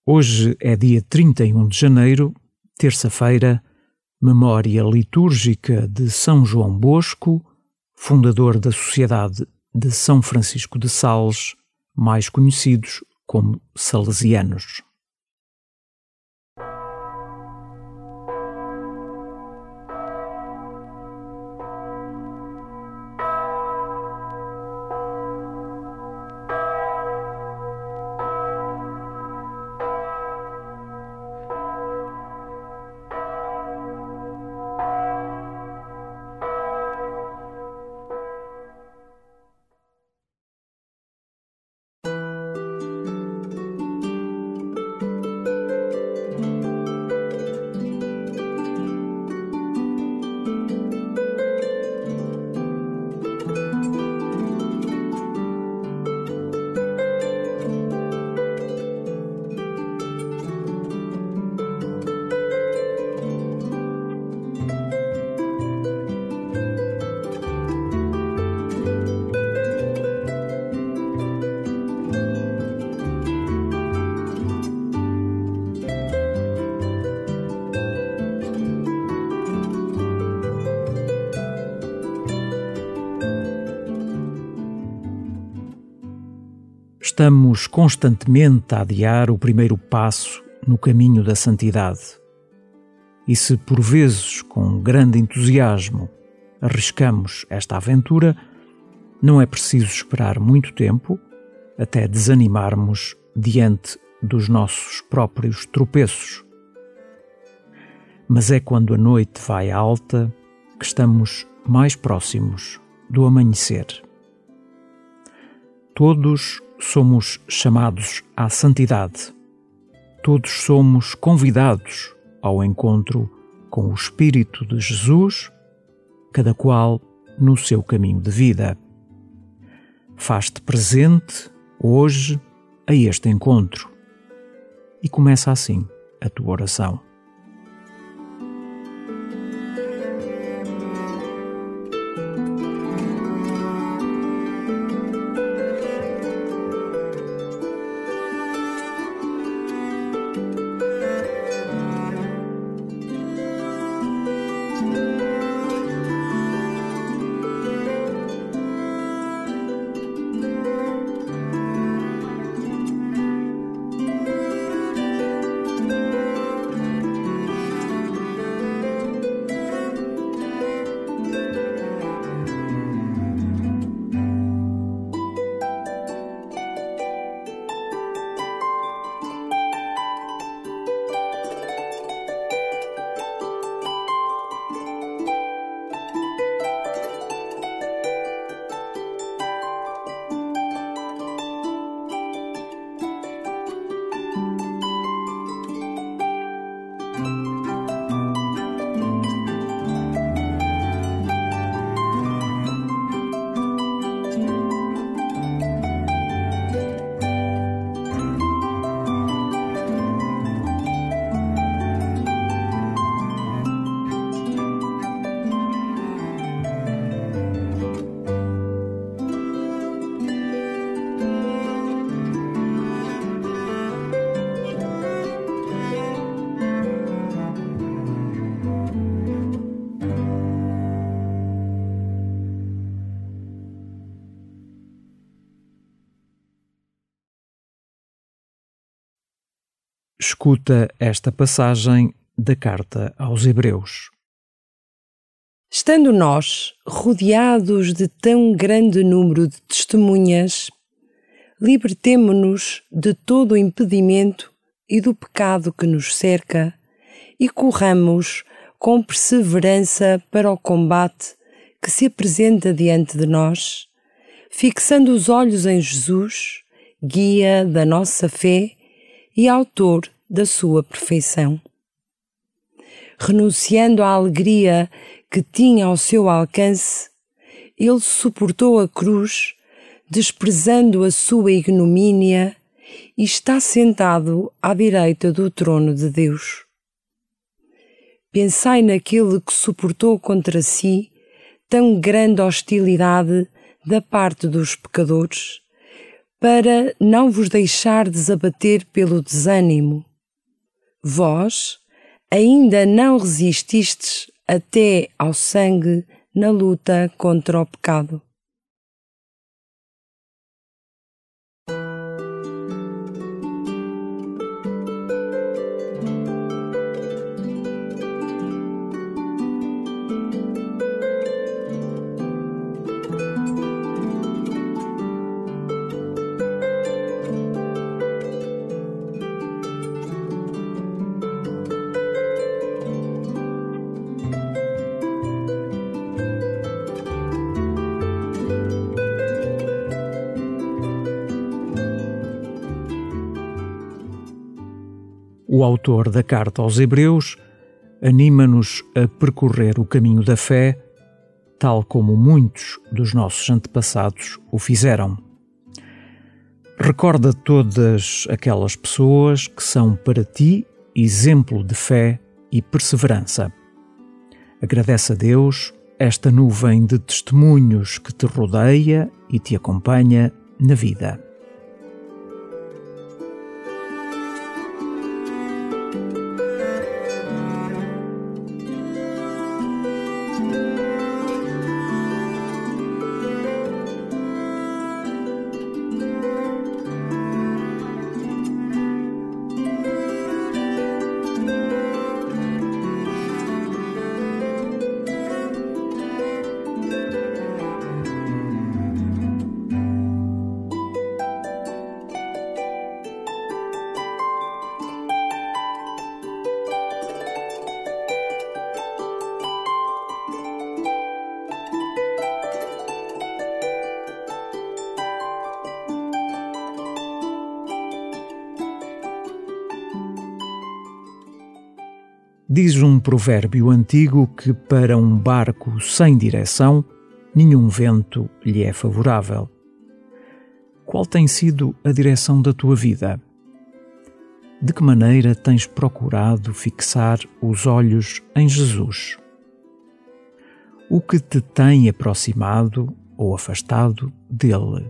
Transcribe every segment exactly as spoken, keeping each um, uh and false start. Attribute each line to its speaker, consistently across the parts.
Speaker 1: Hoje é dia trinta e um de janeiro, terça-feira, memória litúrgica de São João Bosco, fundador da Sociedade de São Francisco de Sales, mais conhecidos como salesianos. Estamos constantemente a adiar o primeiro passo no caminho da santidade. E se por vezes, com grande entusiasmo, arriscamos esta aventura, não é preciso esperar muito tempo até desanimarmos diante dos nossos próprios tropeços. Mas é quando a noite vai alta que estamos mais próximos do amanhecer. Todos somos chamados à santidade. Todos somos convidados ao encontro com o Espírito de Jesus, cada qual no seu caminho de vida. Faz-te presente, hoje, a este encontro. E começa assim a tua oração. Escuta esta passagem da carta aos Hebreus.
Speaker 2: Estando nós rodeados de tão grande número de testemunhas, libertemo-nos de todo o impedimento e do pecado que nos cerca e corramos com perseverança para o combate que se apresenta diante de nós, fixando os olhos em Jesus, guia da nossa fé e autor da sua perfeição. Renunciando à alegria que tinha ao seu alcance, ele suportou a cruz, desprezando a sua ignomínia, e está sentado à direita do trono de Deus. Pensai naquele que suportou contra si tão grande hostilidade da parte dos pecadores, para não vos deixardes abater pelo desânimo. Vós ainda não resististes até ao sangue na luta contra o pecado.
Speaker 1: O autor da Carta aos Hebreus anima-nos a percorrer o caminho da fé, tal como muitos dos nossos antepassados o fizeram. Recorda todas aquelas pessoas que são para ti exemplo de fé e perseverança. Agradece a Deus esta nuvem de testemunhos que te rodeia e te acompanha na vida. Diz um provérbio antigo que para um barco sem direção, nenhum vento lhe é favorável. Qual tem sido a direção da tua vida? De que maneira tens procurado fixar os olhos em Jesus? O que te tem aproximado ou afastado dele?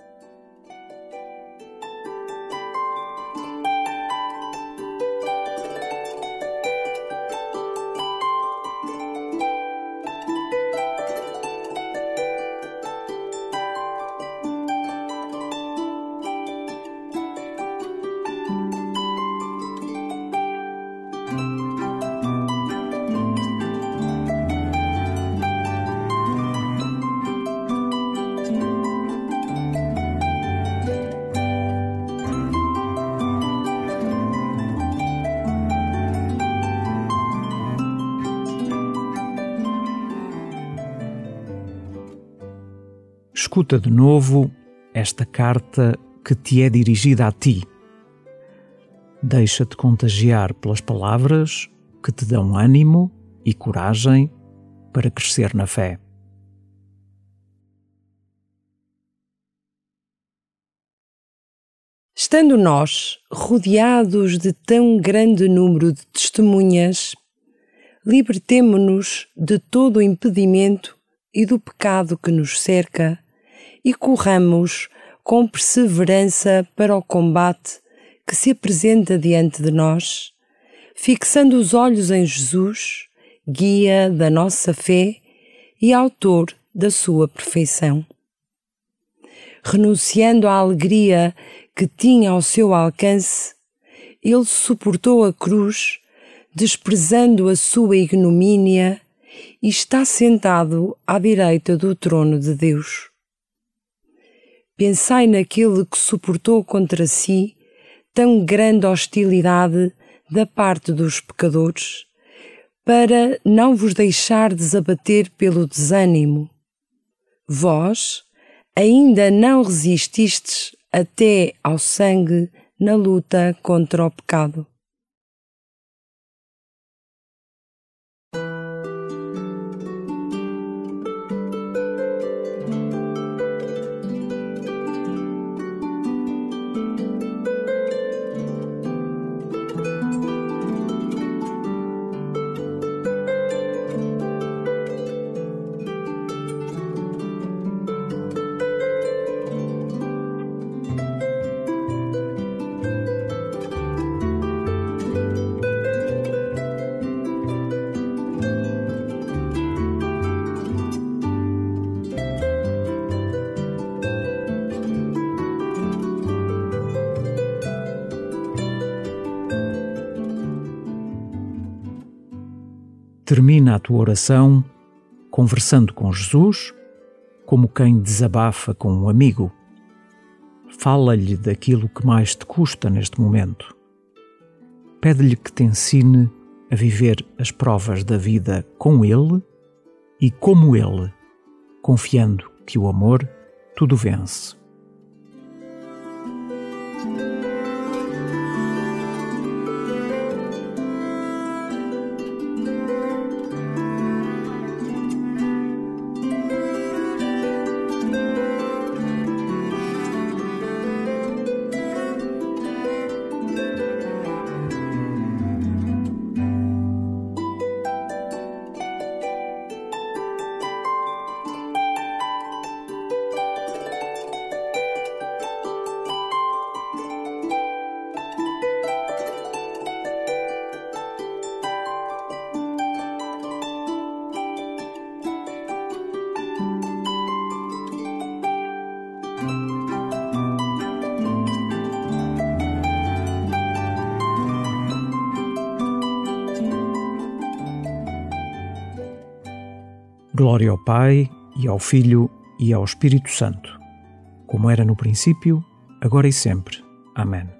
Speaker 1: Escuta de novo esta carta que te é dirigida a ti. Deixa-te contagiar pelas palavras que te dão ânimo e coragem para crescer na fé.
Speaker 2: Estando nós rodeados de tão grande número de testemunhas, libertemo-nos de todo o impedimento e do pecado que nos cerca e corramos com perseverança para o combate que se apresenta diante de nós, fixando os olhos em Jesus, guia da nossa fé e autor da sua perfeição. Renunciando à alegria que tinha ao seu alcance, ele suportou a cruz, desprezando a sua ignomínia, e está sentado à direita do trono de Deus. Pensai naquele que suportou contra si tão grande hostilidade da parte dos pecadores, para não vos deixardes abater pelo desânimo. Vós ainda não resististes até ao sangue na luta contra o pecado.
Speaker 1: termina a tua oração conversando com Jesus, como quem desabafa com um amigo. Fala-lhe daquilo que mais te custa neste momento. Pede-lhe que te ensine a viver as provas da vida com Ele e como Ele, confiando que o amor tudo vence. Glória ao Pai, e ao Filho, e ao Espírito Santo, como era no princípio, agora e sempre. Amém.